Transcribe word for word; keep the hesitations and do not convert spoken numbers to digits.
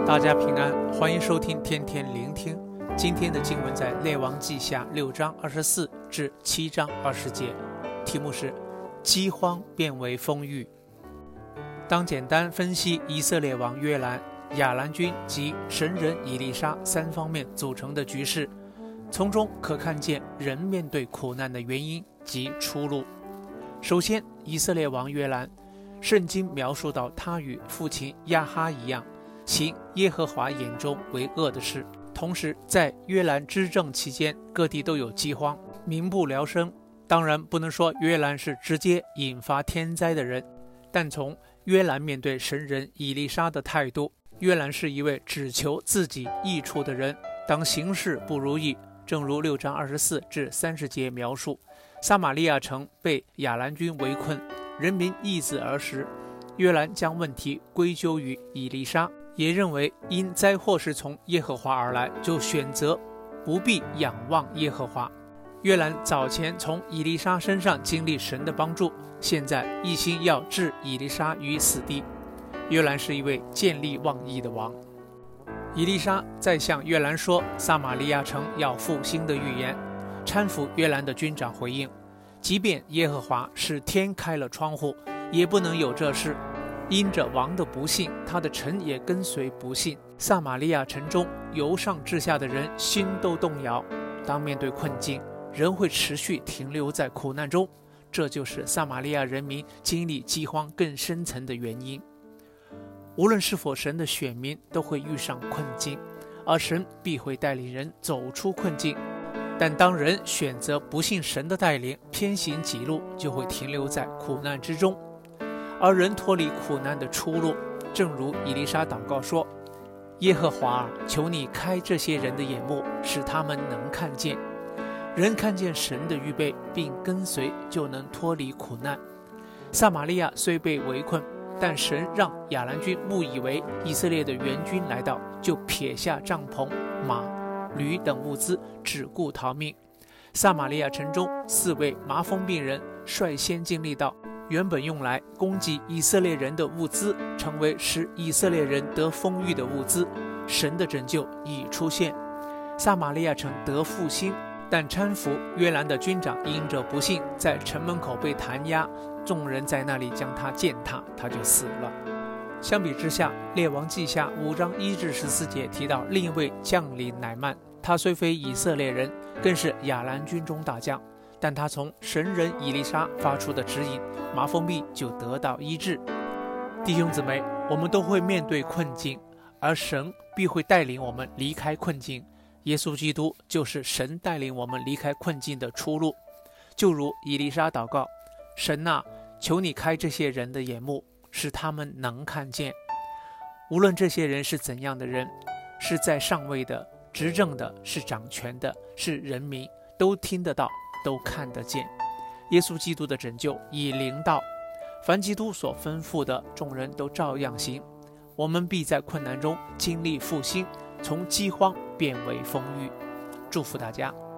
大家平安，欢迎收听天天聆听。今天的经文在列王记下六章二十四至七章二十节，题目是饥荒变为丰裕。当简单分析以色列王约兰、亚兰军及神人以利沙三方面组成的局势，从中可看见人面对苦难的原因及出路。首先，以色列王约兰，圣经描述到他与父亲亚哈一样，行耶和华眼中为恶的事。同时，在约兰执政期间，各地都有饥荒，民不聊生。当然不能说约兰是直接引发天灾的人，但从约兰面对神人以利沙的态度，约兰是一位只求自己益处的人。当形势不如意，正如六章二十四至三十节描述，撒玛利亚城被亚兰军围困，人民易子而食。约兰将问题归咎于以利沙，也认为因灾祸是从耶和华而来，就选择不必仰望耶和华。约兰早前从以利沙身上经历神的帮助，现在一心要置以利沙于死地。约兰是一位见利忘义的王。以利沙在向约兰说撒玛利亚城要复兴的预言，搀扶约兰的军长回应，即便耶和华是天开了窗户，也不能有这事。因着王的不信，他的臣也跟随不信，撒玛利亚城中由上至下的人心都动摇。当面对困境，人会持续停留在苦难中，这就是撒玛利亚人民经历饥荒更深层的原因。无论是否神的选民，都会遇上困境，而神必会带领人走出困境。但当人选择不信神的带领，偏行己路，就会停留在苦难之中。而人脱离苦难的出路，正如以利沙祷告说，耶和华，求你开这些人的眼目，使他们能看见。人看见神的预备并跟随，就能脱离苦难。撒玛利亚虽被围困，但神让亚兰军误以为以色列的援军来到，就撇下帐篷、马、驴等物资，只顾逃命。撒玛利亚城中四位麻风病人率先经历到原本用来供给以色列人的物资，成为使以色列人得丰裕的物资。神的拯救已出现，撒玛利亚城得复兴。但搀扶约兰的军长因着不幸，在城门口被弹压，众人在那里将他践踏，他就死了。相比之下，列王记下五章一至十四节提到另一位将领乃曼，他虽非以色列人，更是亚兰军中大将，但他从神人以利沙发出的指引，麻风病就得到医治。弟兄姊妹，我们都会面对困境，而神必会带领我们离开困境。耶稣基督就是神带领我们离开困境的出路。就如以利沙祷告，神啊，求你开这些人的眼目，使他们能看见。无论这些人是怎样的人，是在上位的、执政的、是掌权的、是人民，都听得到，都看得见。耶稣基督的拯救已临到，凡基督所吩咐的，众人都照样行。我们必在困难中经历复兴，从饥荒变为丰裕。祝福大家。